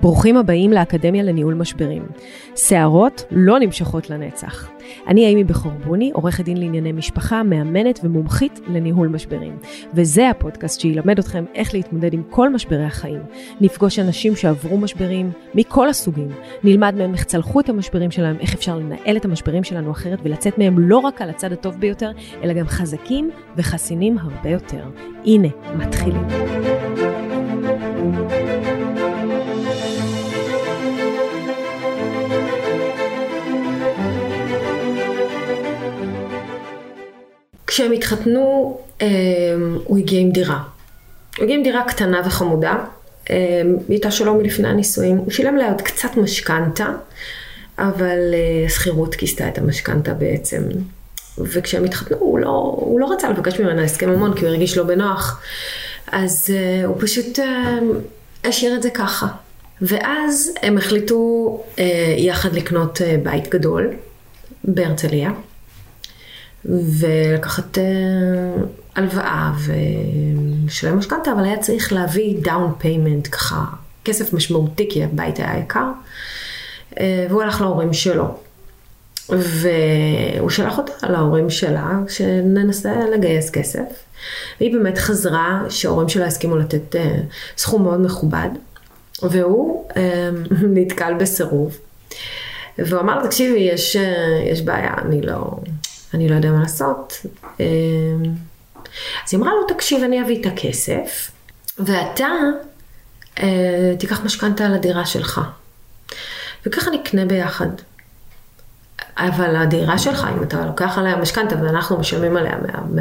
ברוכים הבאים לאקדמיה לניהול משברים. שערות לא נמשכות לנצח. אני אימי בחורבוני, עורכת דין לענייני משפחה, מאמנת ומומחית לניהול משברים. וזה הפודקאסט שילמד אתכם איך להתמודד עם כל משברי החיים. נפגוש אנשים שעברו משברים מכל הסוגים. נלמד מהם איך צלחו את המשברים שלהם, איך אפשר לנהל את המשברים שלנו אחרת ולצאת מהם לא רק על הצד הטוב ביותר, אלא גם חזקים וחסינים הרבה יותר. הנה, מתחילים. כשהם התחתנו, הוא הגיע עם דירה. הוא הגיע עם דירה קטנה וחמודה. היא הייתה שלו מלפני הנישואים. הוא שילם לה עוד קצת משכנתה, אבל שכירות כיסתה את המשכנתה בעצם. וכשהם התחתנו, הוא לא רצה לבקש ממנה הסכם ממון, כי הוא הרגיש לא בנוח. אז הוא פשוט השאיר את זה ככה. ואז הם החליטו יחד לקנות בית גדול בהרצליה. ולקחת הלוואה ולשלם משכנתה, אבל היה צריך להביא דאון פיימנט, ככה כסף משמעותי, כי הבית היה יקר, והוא הלך להורים שלו. והוא שלח אותה להורים שלה, שננסה לגייס כסף, והיא באמת חזרה שההורים שלה הסכימו לתת סכום מאוד מכובד, והוא נתקל בסירוב. והוא אמר, תקשיבי, יש בעיה, אני לא יודע מה לעשות. אז היא אמרה לו, תקשיב, אני אביא את הכסף, ואתה תיקח משכנתה על הדירה שלך. וככה נקנה ביחד. אבל הדירה שלך, אם אתה לוקח עליה משכנתה, ואנחנו משלמים עליה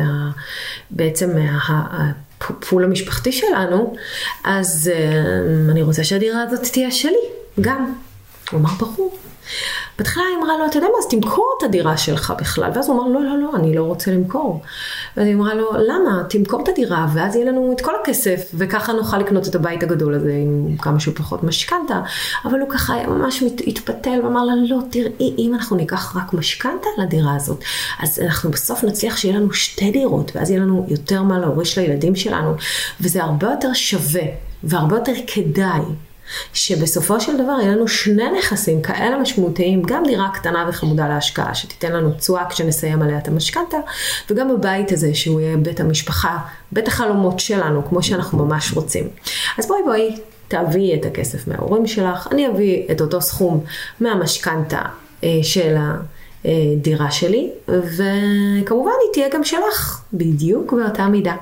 בעצם מהפול המשפחתי שלנו, אז אני רוצה שהדירה הזאת תהיה שלי, גם. הוא אמר, ברור. בתחילה היא אמרה לו, אתה יודע מה, אז תמכור את הדירה שלך בכלל. ואז הוא אמר, לא, אני לא רוצה למכור. ואז היא אמרה לו, למה? תמכור את הדירה, ואז יהיה לנו את כל הכסף, וככה נוכל לקנות את הבית הגדול הזה, עם כמה שפחות משכנתה. אבל הוא ככה היה ממש התפתל, ואמר לה, לא, תראי, אם אנחנו ניקח רק משכנתה על הדירה הזאת, אז אנחנו בסוף נצליח שיהיה לנו 2 דירות, ואז יהיה לנו יותר מה להוריש לילדים שלנו, וזה הרבה יותר שווה, והרבה יותר כדאי. שבסופו של דבר יהיה לנו 2 נכסים כאלה משמעותיים, גם דירה קטנה וחמודה להשקעה, שתיתן לנו תשואה כשנסיים עליה את המשכנתה, וגם הבית הזה שהוא יהיה בית המשפחה, בית החלומות שלנו, כמו שאנחנו ממש רוצים. אז בואי, תביאי את הכסף מההורים שלך, אני אביא את אותו סכום מהמשכנתה של הדירה שלי, וכמובן היא תהיה גם שלך, בדיוק באותה מידה.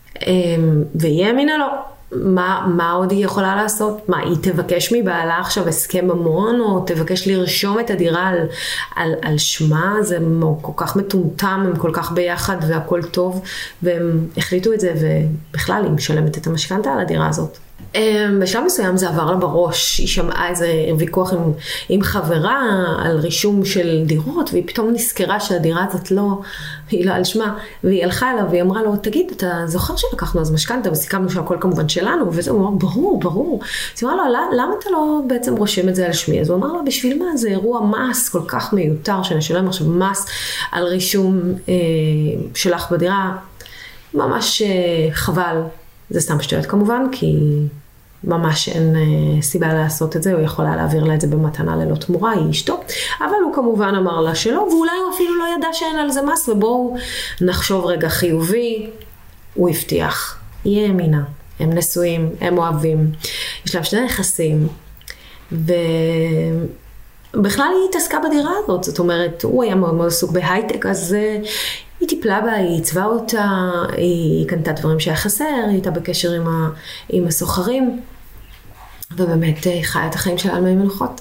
ויהיה מן או לא. מה עוד היא יכולה לעשות? מה, היא תבקש מבעלה עכשיו הסכם ממון, או תבקש לרשום את הדירה על שמה? זה כל כך מטומטם, הם כל כך ביחד והכל טוב, והם החליטו את זה, ובכלל היא משלמת את המשכנתה על הדירה הזאת. בשלב מסוים זה עבר לה בראש, היא שמעה איזה ויכוח עם חברה על רישום של דירות, והיא פתאום נזכרה שהדירה הזאת היא לא על שמה, והיא הלכה אליו והיא אמרה לו, תגיד, אתה זוכר שלקחנו אז משכנתה וסיכמנו שהכל כמובן שלנו, וזה הוא אמר, ברור. אז היא אמרה לו, למה אתה לא בעצם רושם את זה על שמי? אז הוא אמר לה, בשביל מה? זה אירוע מס כל כך מיותר, שנשלם עכשיו מס על רישום שלך בדירה, ממש חבל. זה סתם שטויות כמובן, כי ממש אין סיבה לעשות את זה, הוא יכול להעביר לה את זה במתנה ללא תמורה, היא אשתו, אבל הוא כמובן אמר לה שלא, ואולי הוא אפילו לא ידע שאין על זה מס, ובואו נחשוב רגע חיובי, הוא הבטיח, היא האמינה, הם נשואים, הם אוהבים, יש להם 2 נכסים, ובכלל היא התעסקה בדירה הזאת, זאת אומרת, הוא היה מאוד מאוד עסוק בהייטק, אז היא טיפלה בה, היא עיצבה אותה, היא קנתה דברים שהיה חסר, היא הייתה בקשר עם הסוחרים, ובאמת היא חיה את החיים שלה על מי מנוחות.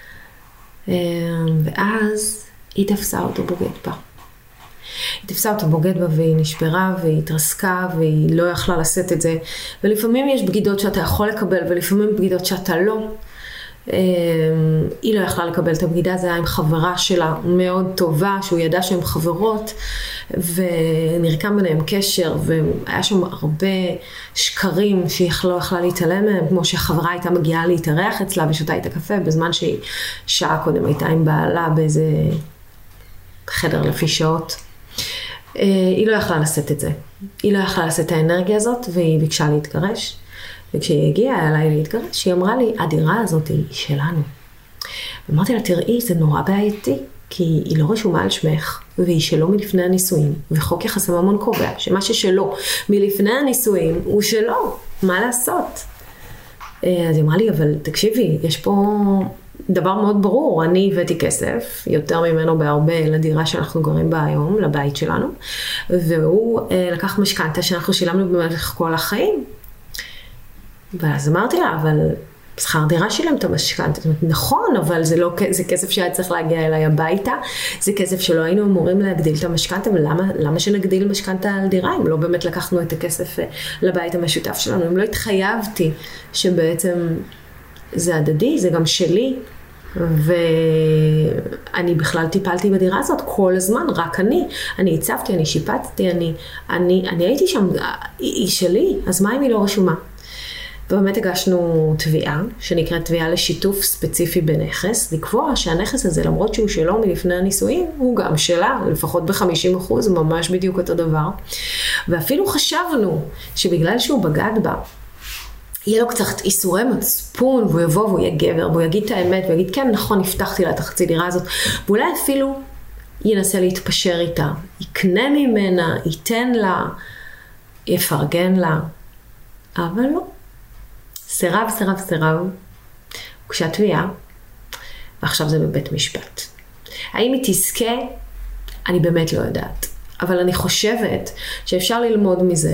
ואז היא תפסה אותו בוגד בה. היא תפסה אותו בוגד בה והיא נשברה והיא התרסקה והיא לא יכלה לשאת את זה. ולפעמים יש בגידות שאתה יכול לקבל ולפעמים בגידות שאתה לא. היא לא יכלה לקבל את הבגידה, זה היה עם חברה שלה מאוד טובה, שהוא ידע שהן חברות, ונרקם ביניהם קשר, והיה שם הרבה שקרים שהיא לא יכלה להתעלם מהם, כמו שהחברה הייתה מגיעה להתארח אצלה ושותה איתה קפה, בזמן שהיא שעה קודם הייתה עם בעלה באיזה חדר לפי שעות. היא לא יכלה לשאת את זה. היא לא יכלה לשאת את האנרגיה הזאת, והיא ביקשה להתגרש. וכשהיא הגיעה אליי להתגרש, היא אמרה לי, הדירה הזאת היא שלנו. אמרתי לה, תראי, זה נורא בעייתי, כי היא לא רשומה על שמך, והיא שלו מלפני הנישואים, וחוק יחסי ממון קובע, שמה ששלו מלפני הנישואים הוא שלו, מה לעשות? אז היא אמרה לי, אבל תקשיבי, יש פה דבר מאוד ברור, אני הבאתי כסף, יותר ממנו בהרבה לדירה שאנחנו גרים בה היום, לבית שלנו, והוא לקח משכנתה שאנחנו שילמנו במהלך כל החיים. ואז אמרתי לה, אבל שכר דירה שילם את המשכנתה. נכון, אבל זה כסף שהיה צריך להגיע אליי הביתה, זה כסף שלא היינו אמורים להגדיל את המשכנתה, ולמה שנגדיל משכנתה על דירה, אם לא באמת לקחנו את הכסף לבית המשותף שלנו, אם לא התחייבתי שבעצם זה הדדי, זה גם שלי, ואני בכלל טיפלתי בדירה הזאת כל הזמן, רק אני הצבתי, אני שיפצתי, אני הייתי שם, היא שלי, אז מה אם היא לא רשומה? ובאמת הגשנו תביעה, שנקראת תביעה לשיתוף ספציפי בנכס, לקבוע שהנכס הזה, למרות שהוא שלו מלפני הנישואים, הוא גם שלה, לפחות ב-50%, ממש בדיוק אותו דבר. ואפילו חשבנו שבגלל שהוא בגד בה, יהיה לו קצת איסורי מצפון, והוא יבוא והוא יהיה גבר, והוא יגיד את האמת, והוא יגיד, כן, נכון, הבטחתי לה את החצי דירה הזאת, ואולי אפילו ינסה להתפשר איתה, יקנה ממנה, ייתן לה, יפרגן לה, אבל לא. סירב, הוגשה תביעה, ועכשיו זה בבית משפט. האם היא תזכה? אני באמת לא יודעת. אבל אני חושבת שאפשר ללמוד מזה,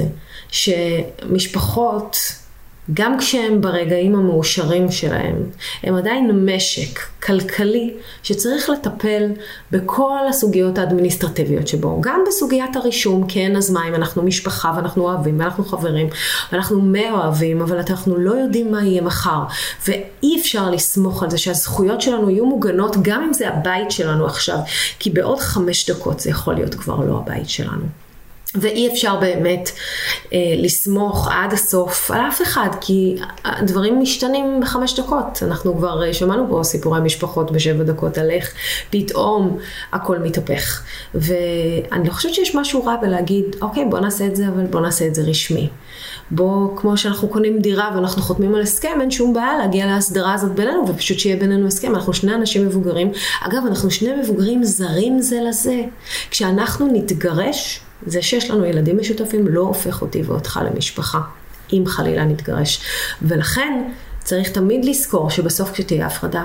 שמשפחות, גם כשהם ברגעים המאושרים שלהם, הם עדיין משק כלכלי שצריך לטפל בכל הסוגיות האדמיניסטרטיביות שבו, גם בסוגיית הרישום, כן, אז מה אם אנחנו משפחה ואנחנו אוהבים ואנחנו חברים ואנחנו מאוהבים, אבל אנחנו לא יודעים מה יהיה מחר, ואי אפשר לסמוך על זה שהזכויות שלנו יהיו מוגנות, גם אם זה הבית שלנו עכשיו, כי בעוד 5 דקות זה יכול להיות כבר לא הבית שלנו. ואי אפשר באמת לסמוך עד הסוף על אף אחד, כי הדברים משתנים ב5 דקות. אנחנו כבר שמענו פה סיפורי משפחות ב7 דקות על איך פתאום הכל מתהפך. ואני לא חושבת שיש משהו רע בלהגיד, אוקיי, בוא נעשה את זה, אבל בוא נעשה את זה רשמי. בוא, כמו שאנחנו קונים דירה ואנחנו חותמים על הסכם, אין שום בעיה להגיע להסדרה הזאת בינינו, ופשוט שיהיה בינינו הסכם. אנחנו 2 אנשים מבוגרים. אגב, אנחנו 2 מבוגרים זרים זה לזה. כשאנחנו נתגרש, זה שיש לנו ילדים משותפים לא הופך אותי ואותך למשפחה, אם חלילה נתגרש. ולכן צריך תמיד לזכור שבסוף כשתהיה הפרדה,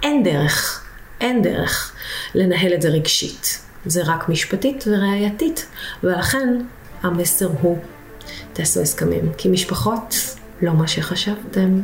אין דרך לנהל את זה רגשית. זה רק משפטית וראייתית. ולכן המסר הוא, תעשו הסכמים, כי משפחות לא מה שחשבתם.